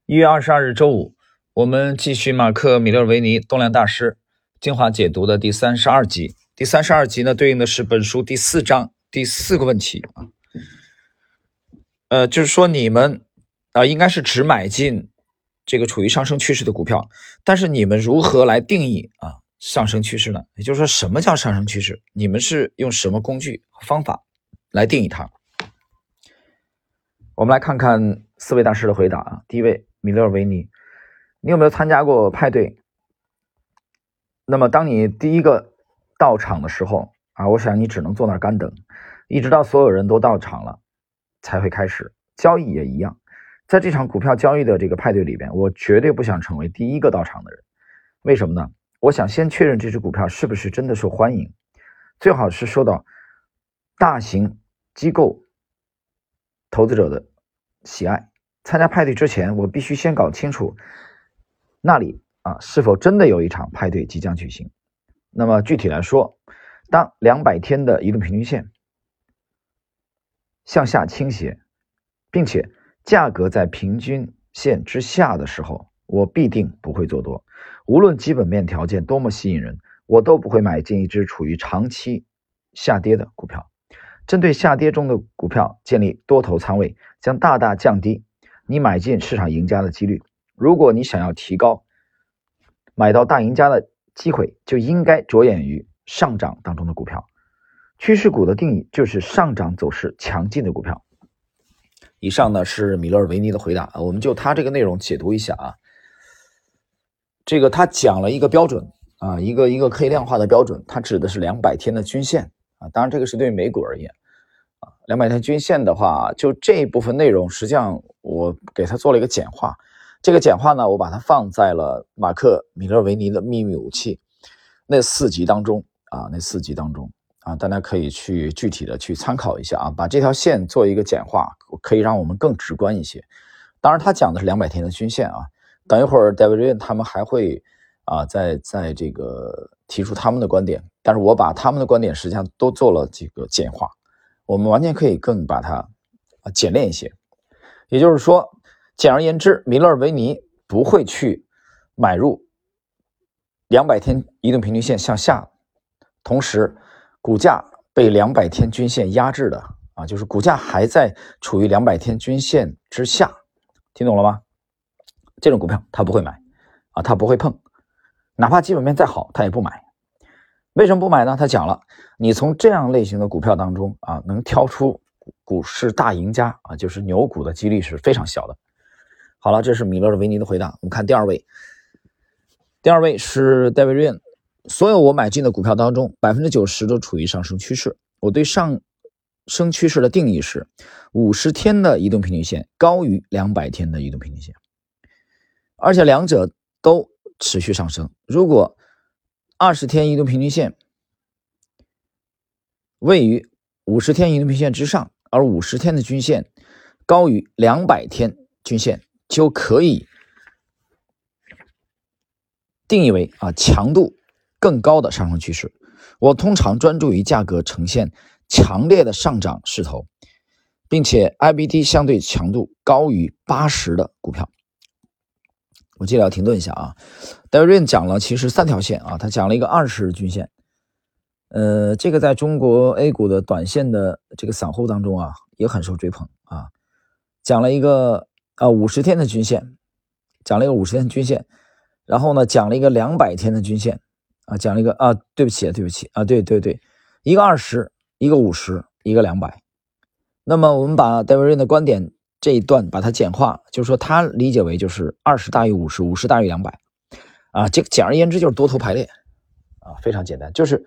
1月22日周五，我们继续马克·米勒维尼动量大师精华解读的第32集。第32集呢，对应的是本书第4章第4个问题就是说你们应该是只买进这个处于上升趋势的股票，但是你们如何来定义上升趋势呢？也就是说，什么叫上升趋势？你们是用什么工具和方法来定义它？我们来看看4位大师的回答第一位，米勒维尼，你有没有参加过派对？那么当你第一个到场的时候我想你只能坐那儿干等，一直到所有人都到场了才会开始。交易也一样，在这场股票交易的这个派对里边，我绝对不想成为第一个到场的人。为什么呢？我想先确认这只股票是不是真的受欢迎，最好是受到大型机构投资者的喜爱。参加派对之前，我必须先搞清楚那里是否真的有一场派对即将举行。那么具体来说，当200天的移动平均线向下倾斜，并且价格在平均线之下的时候，我必定不会做多。无论基本面条件多么吸引人，我都不会买进一只处于长期下跌的股票。针对下跌中的股票建立多头仓位，将大大降低你买进市场赢家的几率。如果你想要提高买到大赢家的机会，就应该着眼于上涨当中的股票。趋势股的定义就是上涨走势强劲的股票。以上呢是米勒维尼的回答，我们就他这个内容解读一下这个他讲了一个标准一个可以量化的标准，它指的是200天的均线当然这个是对美股而言200天均线的话，就这一部分内容实际上我给它做了一个简化。这个简化呢，我把它放在了马克·米勒维尼的秘密武器那4集当中大家可以去具体的去参考一下把这条线做一个简化，可以让我们更直观一些。当然他讲的是200天的均线等一会儿 David Ryan 他们还会在这个提出他们的观点，但是我把他们的观点实际上都做了这个简化，我们完全可以更把它简练一些。也就是说，简而言之，米勒维尼不会去买入200天移动平均线向下，同时股价被200天均线压制的就是股价还在处于200天均线之下，听懂了吗？这种股票他不会买他不会碰，哪怕基本面再好他也不买。为什么不买呢？他讲了，你从这样类型的股票当中能挑出股市大赢家就是牛股的几率是非常小的。好了，这是米勒维尼的回答。我们看第二位是 David Ryan， 所有我买进的股票当中 90% 都处于上升趋势。我对上升趋势的定义是50天的移动平均线高于200天的移动平均线，而且两者都持续上升。如果20天移动平均线位于50天移动平均线之上，而50天的均线高于200天均线，就可以定义为强度更高的上升趋势。我通常专注于价格呈现强烈的上涨势头，并且 IBD 相对强度高于80的股票。我这里要停顿一下David Ryan 讲了其实3条线他讲了一个20日均线，这个在中国 A 股的短线的这个散户当中也很受追捧讲了一个50天的均线，然后呢讲了一个200天的均线讲了一个对不起对，一个20，一个50，一个200。那么我们把 David Ryan 的观点这一段把它简化，就是说他理解为就是20大于50， 50大于200这个简而言之就是多头排列非常简单，就是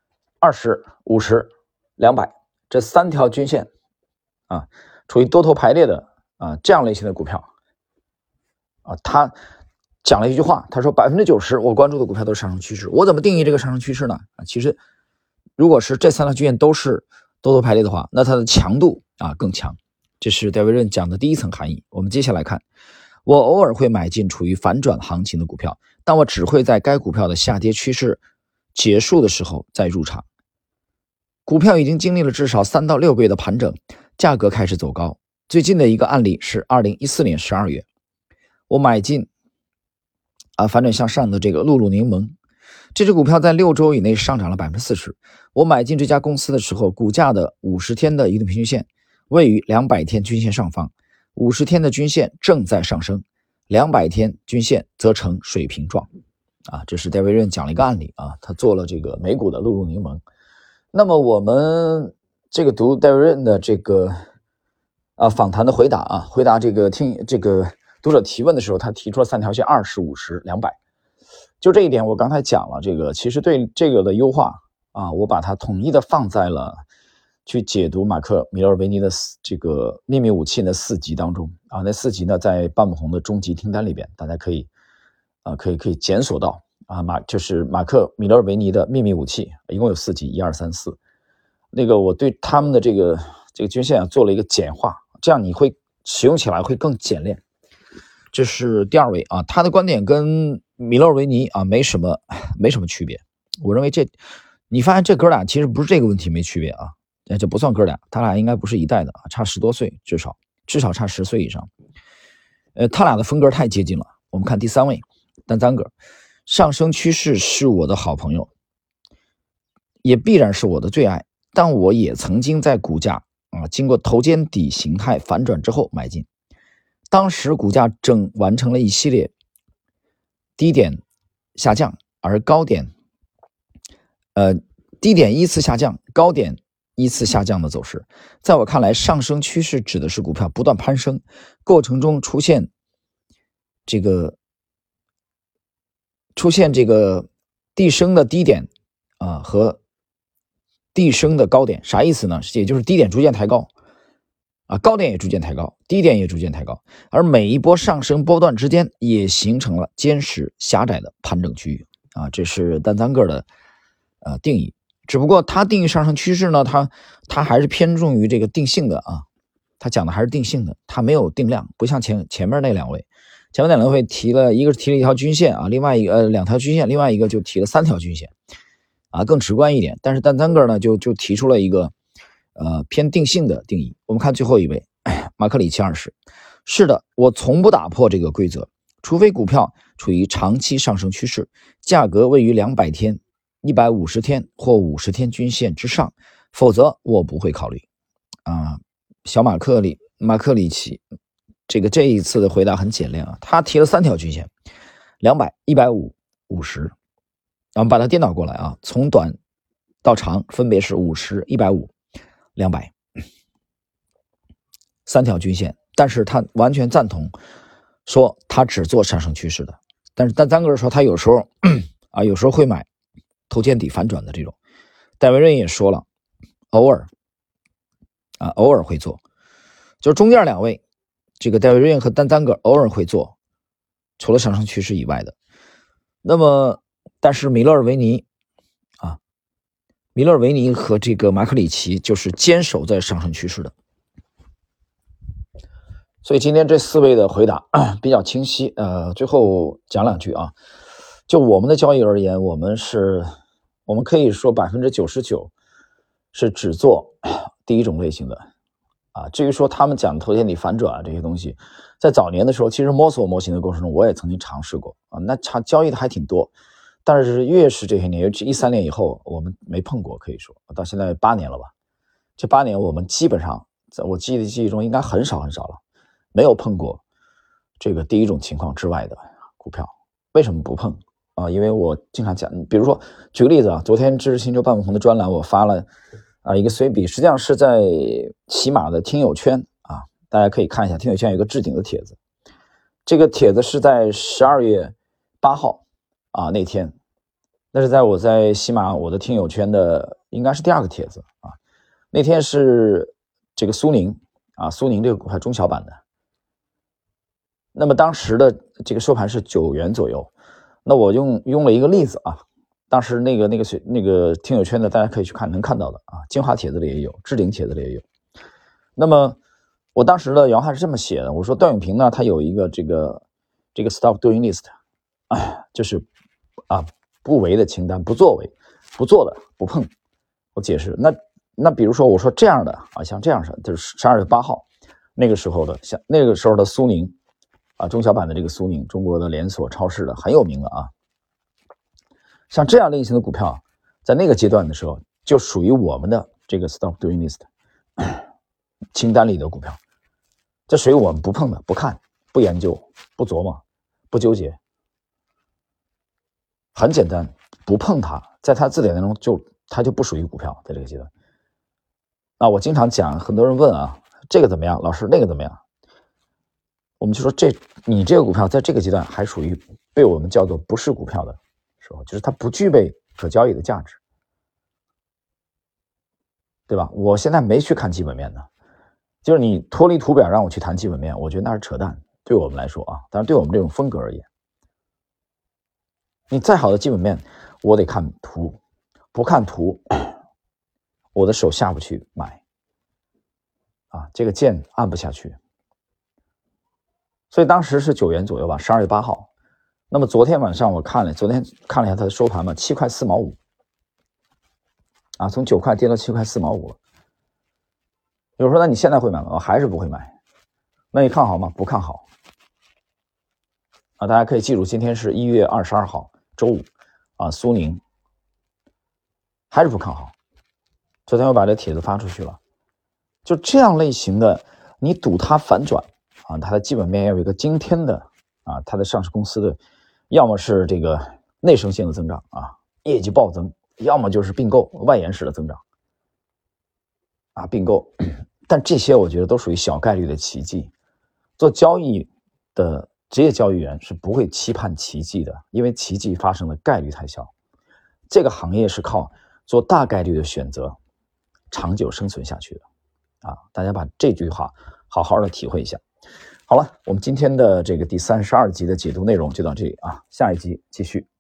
20、50、200这3条均线处于多头排列的这样类型的股票他讲了一句话，他说 90% 我关注的股票都是上升趋势。我怎么定义这个上升趋势呢？其实如果是这3条均线都是多头排列的话，那它的强度更强。这是 David Ryan 讲的第一层含义。我们接下来看，我偶尔会买进处于反转行情的股票，但我只会在该股票的下跌趋势结束的时候再入场。股票已经经历了至少3到6个月的盘整，价格开始走高。最近的一个案例是2014年12月， 我买进反转向上的这个露露柠檬，这只股票在6周以内上涨了 40%。我买进这家公司的时候，股价的50天的移动平均线位于200天均线上方，50天的均线正在上升，200天均线则呈水平状。这是戴维润讲了一个案例他做了这个美股的露露柠檬。那么我们这个读戴维润的这个访谈的回答回答这个读者提问的时候，他提出了3条线：20、50、200。就这一点，我刚才讲了，这个其实对这个的优化我把它统一的放在了去解读马克·米勒维尼的这个秘密武器的4集当中那4集呢，在半亩红的终极听单里边，大家可以检索到就是马克·米勒维尼的秘密武器，一共有4集，1、2、3、4。那个我对他们的这个均线做了一个简化，这样你会使用起来会更简练。这是第2位他的观点跟米勒维尼没什么区别。我认为你发现这哥俩其实不是这个问题没区别这不算哥俩，他俩应该不是一代的差10多岁，至少差10岁以上。他俩的风格太接近了。我们看第3位，丹赞格，上升趋势是我的好朋友，也必然是我的最爱，但我也曾经在股价经过头肩底形态反转之后买进。当时股价正完成了一系列低点下降，而高点低点依次下降，高点依次下降的走势。在我看来，上升趋势指的是股票不断攀升，过程中出现这个递升的低点和递升的高点。啥意思呢？也就是低点逐渐抬高高点也逐渐抬高，低点也逐渐抬高，而每一波上升波段之间也形成了坚实狭窄的盘整区域这是丹赞格的定义。只不过他定义上升趋势呢，他还是偏重于这个定性的他讲的还是定性的，他没有定量，不像前面那2位，前面那2位一个是提了一条均线另外一个2条均线，另外一个就提了3条均线更直观一点。但是丹赞格呢就提出了一个偏定性的定义。我们看最后一位，马克里奇2世。是的，我从不打破这个规则，除非股票处于长期上升趋势，价格位于200天、150天或50天均线之上，否则我不会考虑小马克里奇这一次的回答很简练他提了3条均线，200、150、50，我们把它颠倒过来从短到长分别是50、150、200， 3条均线。但是他完全赞同说他只做上升趋势的，但是丹赞格说他有时候会买头肩底反转的这种。戴维润也说了，偶尔会做，就是中间2位，这个戴维润和丹赞格偶尔会做除了上升趋势以外的。那么但是米勒维尼和这个马克里奇就是坚守在上升趋势的。所以今天这4位的回答比较清晰。最后讲2句就我们的交易而言，我们可以说 99% 是只做第一种类型的至于说他们讲头肩底反转这些东西，在早年的时候，其实摸索模型的过程中，我也曾经尝试过那交易的还挺多。但是越是这些年，尤其13年以后，我们没碰过，可以说到现在8年了吧。这8年我们基本上在我记忆中应该很少了，没有碰过这个第一种情况之外的股票。为什么不碰因为我经常讲，比如说举个例子昨天知识星球半亩红的专栏我发了一个随笔，实际上是在喜马的听友圈大家可以看一下，听友圈有一个置顶的帖子。这个帖子是在12月8号那天，那是我在喜马我的听友圈的应该是第2个帖子那天是这个苏宁这个股票中小板的。那么当时的这个收盘是9元左右。那我用了一个例子当时那个听友圈的大家可以去看，能看到的精华帖子里也有，置顶帖子里也有。那么我当时的原话是这么写的，我说段永平呢，他有一个这个 stop doing list 就是不为的清单，不作为，不做的不碰。我解释，那比如说我说这样的像这样的，就是12月8号那个时候的，像那个时候的苏宁中小板的这个苏宁，中国的连锁超市的很有名的啊。像这样类型的股票，在那个阶段的时候，就属于我们的这个 stop doing list 清单里的股票，这属于我们不碰的、不看、不研究、不琢磨、不纠结，很简单，不碰它，在它字典当中它就不属于股票，在这个阶段。我经常讲，很多人问啊，这个怎么样？老师，那个怎么样？我们就说你这个股票在这个阶段还属于被我们叫做不是股票的时候，就是它不具备可交易的价值，对吧？我现在没去看基本面的，就是你脱离图表让我去谈基本面，我觉得那是扯淡。对我们来说啊，但是对我们这种风格而言，你再好的基本面，我得看图，不看图，我的手下不去买，这个键按不下去。所以当时是9元左右吧，12月8号。那么昨天晚上昨天看了一下它的收盘嘛，7块4毛5，从9块跌到7块4毛5了。有人说，那你现在会买吗？我还是不会买。那你看好吗？不看好。大家可以记住，今天是1月22号，周五苏宁还是不看好。昨天我把这帖子发出去了，就这样类型的，你赌它反转它的基本面要有一个惊天的它的上市公司的，要么是这个内生性的增长业绩暴增，要么就是并购外延式的增长并购。但这些我觉得都属于小概率的奇迹。做交易的职业交易员是不会期盼奇迹的，因为奇迹发生的概率太小。这个行业是靠做大概率的选择长久生存下去的大家把这句话好好的体会一下。好了，我们今天的这个第32集的解读内容就到这里下一集继续。